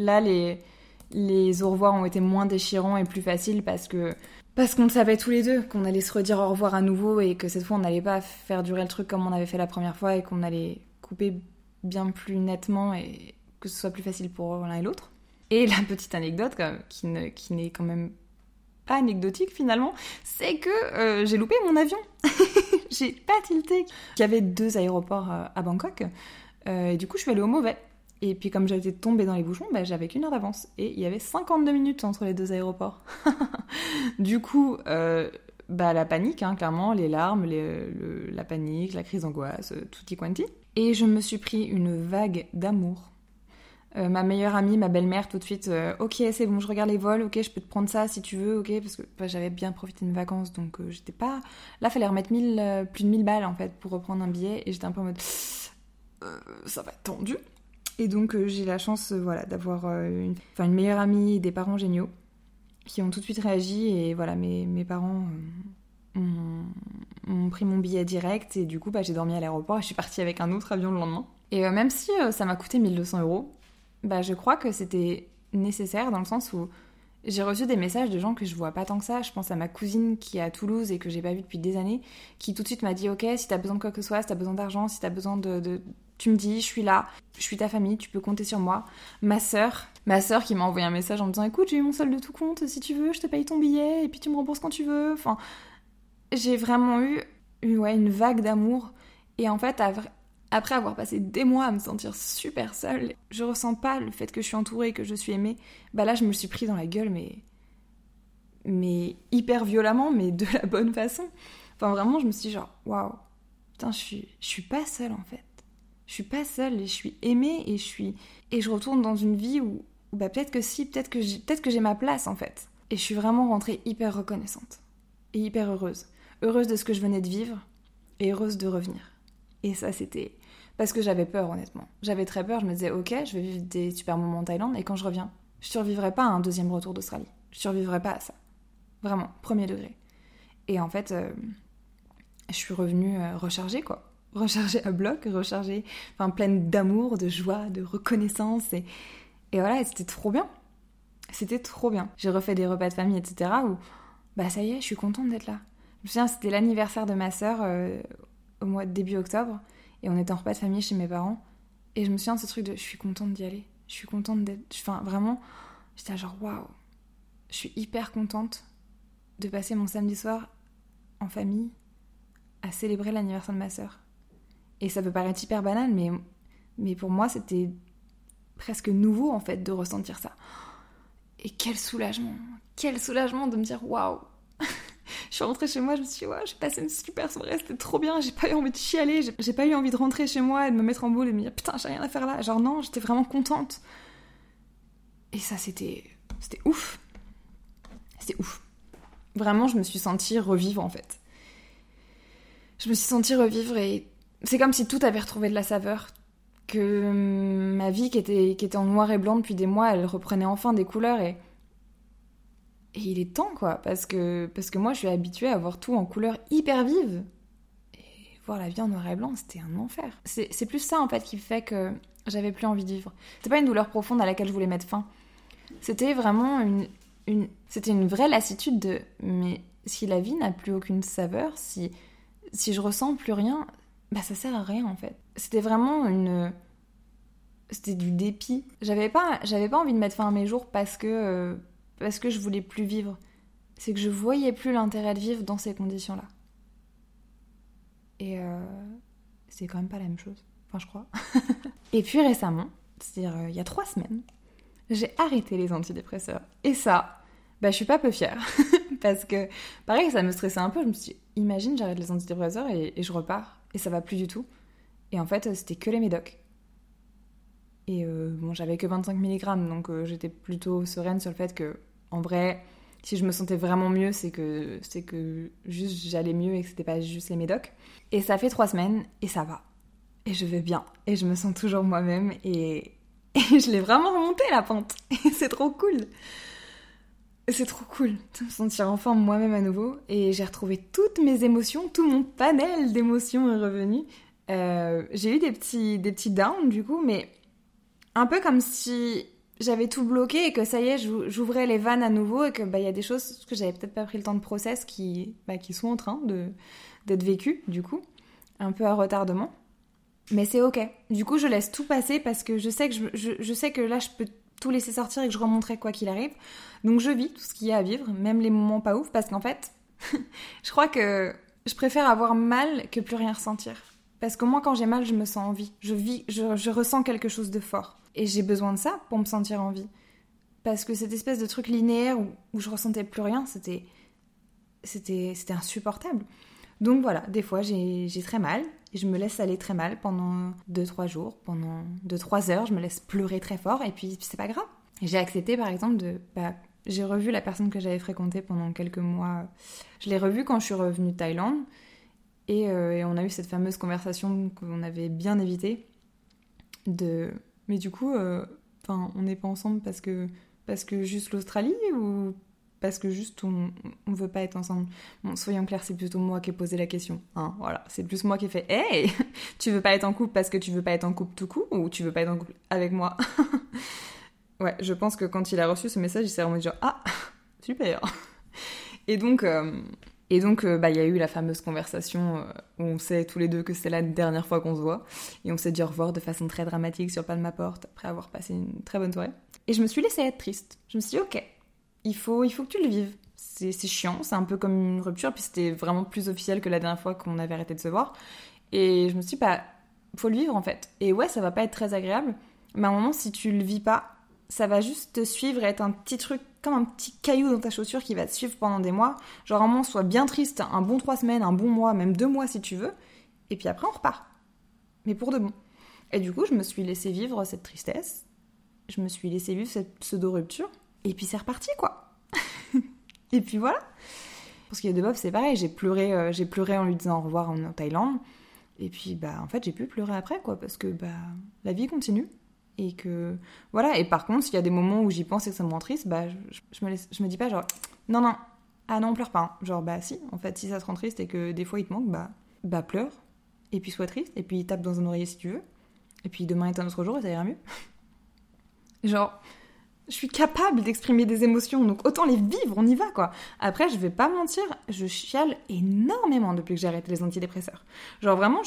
les au revoir ont été moins déchirants et plus faciles parce qu'on le savait tous les deux, qu'on allait se redire au revoir à nouveau et que cette fois, on n'allait pas faire durer le truc comme on avait fait la première fois et qu'on allait couper bien plus nettement et que ce soit plus facile pour l'un et l'autre. Et la petite anecdote, qui n'est quand même pas anecdotique finalement, c'est que j'ai loupé mon avion. J'ai pas tilté. Il y avait 2 aéroports à Bangkok, et du coup je suis allée au mauvais. Et puis comme j'étais tombée dans les bouchons, j'avais qu'1 heure d'avance. Et il y avait 52 minutes entre les 2 aéroports. Du coup, la panique, hein, clairement, les larmes, la panique, la crise d'angoisse, tutti quanti. Et je me suis pris une vague d'amour. Ma meilleure amie, ma belle-mère, tout de suite, ok, c'est bon, je regarde les vols, ok, je peux te prendre ça si tu veux, ok, parce que j'avais bien profité de mes vacances, donc j'étais pas... Là, fallait remettre plus de 1000 balles, en fait, pour reprendre un billet, et j'étais un peu en mode... ça va être tendu. Et donc, j'ai la chance, d'avoir une meilleure amie et des parents géniaux, qui ont tout de suite réagi, et voilà, mes parents ont pris mon billet direct, et du coup, j'ai dormi à l'aéroport, et je suis partie avec un autre avion le lendemain. Et même si ça m'a coûté 1200 €, je crois que c'était nécessaire dans le sens où j'ai reçu des messages de gens que je vois pas tant que ça. Je pense à ma cousine qui est à Toulouse et que j'ai pas vue depuis des années, qui tout de suite m'a dit ok, si t'as besoin de quoi que ce soit, si t'as besoin d'argent, si t'as besoin de... Tu me dis, je suis là, je suis ta famille, tu peux compter sur moi. Ma sœur qui m'a envoyé un message en me disant écoute, j'ai eu mon solde de tout compte, si tu veux, je te paye ton billet et puis tu me rembourses quand tu veux. Enfin, j'ai vraiment eu une vague d'amour. Et en fait, après avoir passé des mois à me sentir super seule, je ressens pas le fait que je suis entourée, que je suis aimée. Là, je me le suis pris dans la gueule, mais hyper violemment, mais de la bonne façon. Enfin, vraiment, je me suis dit genre, waouh, putain, je suis pas seule, en fait. Je suis pas seule, et je suis aimée, et je retourne dans une vie où peut-être que j'ai ma place, en fait. Et je suis vraiment rentrée hyper reconnaissante. Et hyper heureuse. Heureuse de ce que je venais de vivre, et heureuse de revenir. Et ça, c'était... Parce que j'avais peur, honnêtement. J'avais très peur, je me disais, ok, je vais vivre des super moments en Thaïlande, et quand je reviens, je survivrai pas à un deuxième retour d'Australie. Je survivrai pas à ça. Vraiment, premier degré. Et en fait, je suis revenue rechargée, quoi. Rechargée à bloc, pleine d'amour, de joie, de reconnaissance. Et voilà, et c'était trop bien. C'était trop bien. J'ai refait des repas de famille, etc. où, ça y est, je suis contente d'être là. Je me souviens, c'était l'anniversaire de ma sœur au mois de début octobre. Et on était en repas de famille chez mes parents. Et je me souviens de ce truc de je suis contente d'y aller. Je suis contente d'être... Enfin, vraiment, j'étais là genre waouh. Je suis hyper contente de passer mon samedi soir en famille à célébrer l'anniversaire de ma sœur. Et ça peut paraître hyper banal, mais pour moi, c'était presque nouveau, en fait, de ressentir ça. Et quel soulagement de me dire waouh. Je suis rentrée chez moi, je me suis dit, ouais, j'ai passé une super soirée, c'était trop bien, j'ai pas eu envie de chialer, j'ai pas eu envie de rentrer chez moi et de me mettre en boule et de me dire, putain, j'ai rien à faire là. Genre non, j'étais vraiment contente. Et ça, c'était ouf. C'était ouf. Vraiment, je me suis sentie revivre, en fait. Je me suis sentie revivre et c'est comme si tout avait retrouvé de la saveur. Que ma vie qui était en noir et blanc depuis des mois, elle reprenait enfin des couleurs et il est temps, quoi, parce que moi, je suis habituée à voir tout en couleurs hyper vives. Et voir la vie en noir et blanc, c'était un enfer. C'est plus ça, en fait, qui fait que j'avais plus envie de vivre. C'était pas une douleur profonde à laquelle je voulais mettre fin. C'était vraiment c'était une vraie lassitude de... Mais si la vie n'a plus aucune saveur, si je ressens plus rien, ça sert à rien, en fait. C'était vraiment c'était du dépit. J'avais pas envie de mettre fin à mes jours parce que je voulais plus vivre. C'est que je voyais plus l'intérêt de vivre dans ces conditions-là. Et c'est quand même pas la même chose. Enfin, je crois. Et puis récemment, c'est-à-dire il y a 3 semaines, j'ai arrêté les antidépresseurs. Et ça, je suis pas peu fière. Parce que, pareil, ça me stressait un peu. Je me suis dit, imagine, j'arrête les antidépresseurs et je repars. Et ça va plus du tout. Et en fait, c'était que les médocs. Et j'avais que 25 mg, donc j'étais plutôt sereine sur le fait que, en vrai, si je me sentais vraiment mieux, c'est que juste j'allais mieux et que c'était pas juste les médocs. Et ça fait 3 semaines, et ça va. Et je vais bien. Et je me sens toujours moi-même, et je l'ai vraiment remonté, la pente. Et c'est trop cool. C'est trop cool de me sentir enfin moi-même à nouveau. Et j'ai retrouvé toutes mes émotions, tout mon panel d'émotions est revenu. J'ai eu des petits downs, du coup, mais... un peu comme si j'avais tout bloqué et que ça y est, j'ouvrais les vannes à nouveau et que y a des choses que j'avais peut-être pas pris le temps de process qui sont en train d'être vécues, du coup, un peu à retardement. Mais c'est ok. Du coup, je laisse tout passer parce que je sais que là, je peux tout laisser sortir et que je remonterai quoi qu'il arrive. Donc je vis tout ce qu'il y a à vivre, même les moments pas ouf, parce qu'en fait, je crois que je préfère avoir mal que plus rien ressentir. Parce qu'au moins, quand j'ai mal, je me sens en vie. Je ressens quelque chose de fort. Et j'ai besoin de ça pour me sentir en vie. Parce que cette espèce de truc linéaire où je ressentais plus rien, c'était c'était insupportable. Donc voilà, des fois j'ai très mal, et je me laisse aller très mal pendant 2-3 jours, pendant 2-3 heures, je me laisse pleurer très fort, et puis c'est pas grave. J'ai accepté par exemple j'ai revu la personne que j'avais fréquentée pendant quelques mois, je l'ai revue quand je suis revenue de Thaïlande, et on a eu cette fameuse conversation qu'on avait bien évitée, mais du coup, on n'est pas ensemble parce que juste l'Australie, ou parce que juste on veut pas être ensemble. Bon, soyons clairs, c'est plutôt moi qui ai posé la question. Hein, voilà, c'est plus moi qui ai fait « Hey, tu veux pas être en couple parce que tu veux pas être en couple tout court, ou tu veux pas être en couple avec moi ?» Ouais, je pense que quand il a reçu ce message, il s'est vraiment dit genre « Ah, super !» Et donc, il y a eu la fameuse conversation où on sait tous les deux que c'est la dernière fois qu'on se voit. Et on s'est dit au revoir de façon très dramatique sur le pas de ma porte, après avoir passé une très bonne soirée. Et je me suis laissée être triste. Je me suis dit, ok, il faut que tu le vives. C'est chiant, c'est un peu comme une rupture, puis c'était vraiment plus officiel que la dernière fois qu'on avait arrêté de se voir. Et je me suis dit, faut le vivre en fait. Et ouais, ça va pas être très agréable, mais à un moment, si tu le vis pas, ça va juste te suivre et être un petit truc, comme un petit caillou dans ta chaussure qui va te suivre pendant des mois. Genre, un moment, sois bien triste, un bon 3 semaines, un bon mois, même 2 mois si tu veux. Et puis après, on repart. Mais pour de bon. Et du coup, je me suis laissée vivre cette tristesse. Je me suis laissée vivre cette pseudo-rupture. Et puis c'est reparti, quoi. Et puis voilà. Pour ce qui est de Bob, c'est pareil. J'ai pleuré en lui disant au revoir en Thaïlande. Et puis, en fait, j'ai pu pleurer après, quoi. Parce que, la vie continue. Et que voilà. Et par contre, s'il y a des moments où j'y pense et que ça me rend triste, je me dis pas genre non, ah non, pleure pas, hein. Genre si, en fait, si ça te rend triste et que des fois il te manque, pleure, et puis sois triste, et puis tape dans un oreiller si tu veux, et puis demain est un autre jour et ça ira mieux. Genre, je suis capable d'exprimer des émotions, donc autant les vivre, on y va, quoi. Après, je vais pas mentir, je chiale énormément depuis que j'ai arrêté les antidépresseurs. Genre vraiment,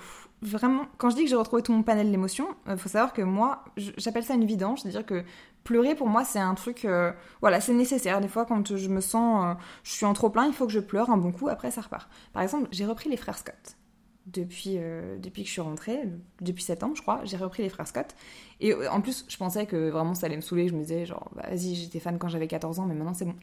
quand je dis que j'ai retrouvé tout mon panel d'émotions, faut savoir que moi, j'appelle ça une vidange, c'est-à-dire que pleurer pour moi c'est un truc, c'est nécessaire. Des fois quand je me sens, je suis en trop plein, il faut que je pleure un bon coup, après ça repart. Par exemple, j'ai repris les frères Scott. Depuis que je suis rentrée, depuis 7 ans je crois, j'ai repris les frères Scott. Et en plus, je pensais que vraiment ça allait me saouler, je me disais genre, vas-y, j'étais fan quand j'avais 14 ans, mais maintenant c'est bon.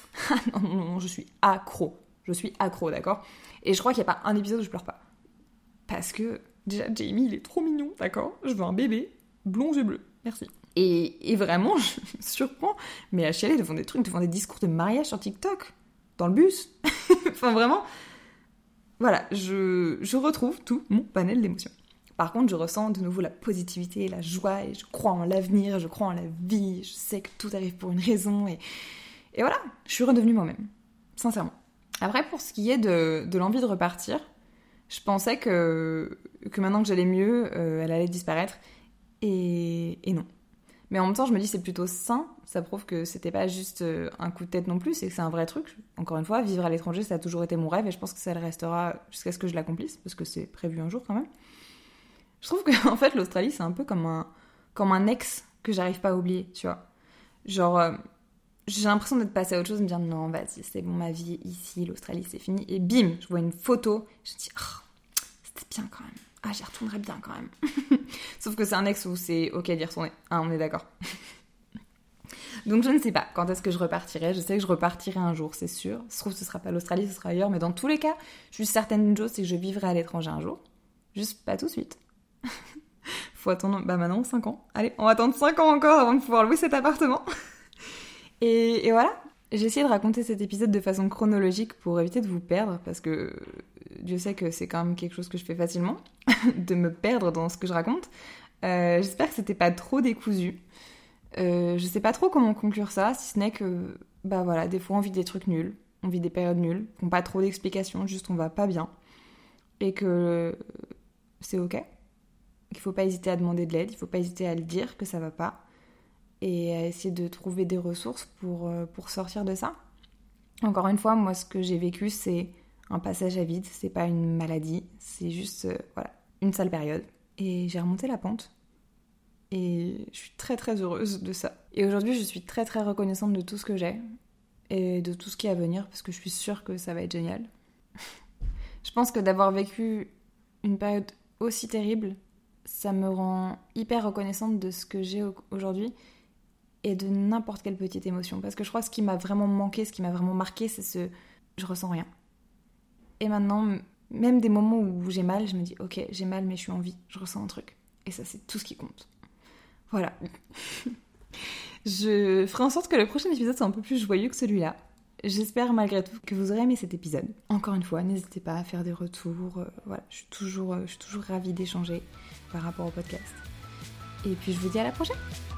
non, je suis accro, d'accord. Et je crois qu'il n'y a pas un épisode où je pleure pas. Parce que, déjà, Jamie, il est trop mignon, d'accord ? Je veux un bébé, blond, yeux bleus, merci. Et vraiment, je me surprends, mais à chialer devant des trucs, devant des discours de mariage sur TikTok, dans le bus. Enfin, vraiment, voilà, je retrouve tout mon panel d'émotions. Par contre, je ressens de nouveau la positivité, la joie, et je crois en l'avenir, je crois en la vie, je sais que tout arrive pour une raison, et voilà, je suis redevenue moi-même, sincèrement. Après, pour ce qui est de l'envie de repartir, je pensais que maintenant que j'allais mieux, elle allait disparaître. Et non. Mais en même temps, je me dis c'est plutôt sain. Ça prouve que c'était pas juste un coup de tête non plus, c'est que c'est un vrai truc. Encore une fois, vivre à l'étranger, ça a toujours été mon rêve et je pense que ça le restera jusqu'à ce que je l'accomplisse, parce que c'est prévu un jour quand même. Je trouve que en fait, l'Australie, c'est un peu comme un ex que j'arrive pas à oublier, tu vois. Genre, j'ai l'impression d'être passée à autre chose, de me dire non, vas-y, c'est bon, ma vie ici, l'Australie, c'est fini. Et bim, je vois une photo, je me dis, c'était bien quand même. Ah, j'y retournerais bien quand même. Sauf que c'est un ex où c'est ok d'y retourner. Ah, on est d'accord. Donc je ne sais pas quand est-ce que je repartirai. Je sais que je repartirai un jour, c'est sûr. Ça se trouve, ce sera pas l'Australie, ce sera ailleurs. Mais dans tous les cas, je suis certaine d'une chose, c'est que je vivrai à l'étranger un jour. Juste pas tout de suite. Faut attendre, maintenant 5 ans. Allez, on va attendre 5 ans encore avant de pouvoir louer cet appartement. Et voilà. J'ai essayé de raconter cet épisode de façon chronologique pour éviter de vous perdre, parce que Dieu sait que c'est quand même quelque chose que je fais facilement, de me perdre dans ce que je raconte. J'espère que c'était pas trop décousu. Je sais pas trop comment conclure ça, si ce n'est que, des fois on vit des trucs nuls, on vit des périodes nulles, qui n'ont pas trop d'explications, juste on va pas bien. Et que c'est ok. Qu'il faut pas hésiter à demander de l'aide, il faut pas hésiter à le dire que ça va pas. Et à essayer de trouver des ressources pour sortir de ça. Encore une fois, moi, ce que j'ai vécu, c'est un passage à vide, c'est pas une maladie, c'est juste, une sale période. Et j'ai remonté la pente. Et je suis très très heureuse de ça. Et aujourd'hui, je suis très très reconnaissante de tout ce que j'ai, et de tout ce qui est à venir, parce que je suis sûre que ça va être génial. Je pense que d'avoir vécu une période aussi terrible, ça me rend hyper reconnaissante de ce que j'ai aujourd'hui, et de n'importe quelle petite émotion. Parce que je crois que ce qui m'a vraiment manqué, ce qui m'a vraiment marqué, c'est je ressens rien. Et maintenant, même des moments où j'ai mal, je me dis ok, j'ai mal mais je suis en vie, je ressens un truc. Et ça, c'est tout ce qui compte. Voilà. Je ferai en sorte que le prochain épisode soit un peu plus joyeux que celui-là. J'espère malgré tout que vous aurez aimé cet épisode. Encore une fois, n'hésitez pas à faire des retours. Voilà, je suis toujours ravie d'échanger par rapport au podcast. Et puis je vous dis à la prochaine.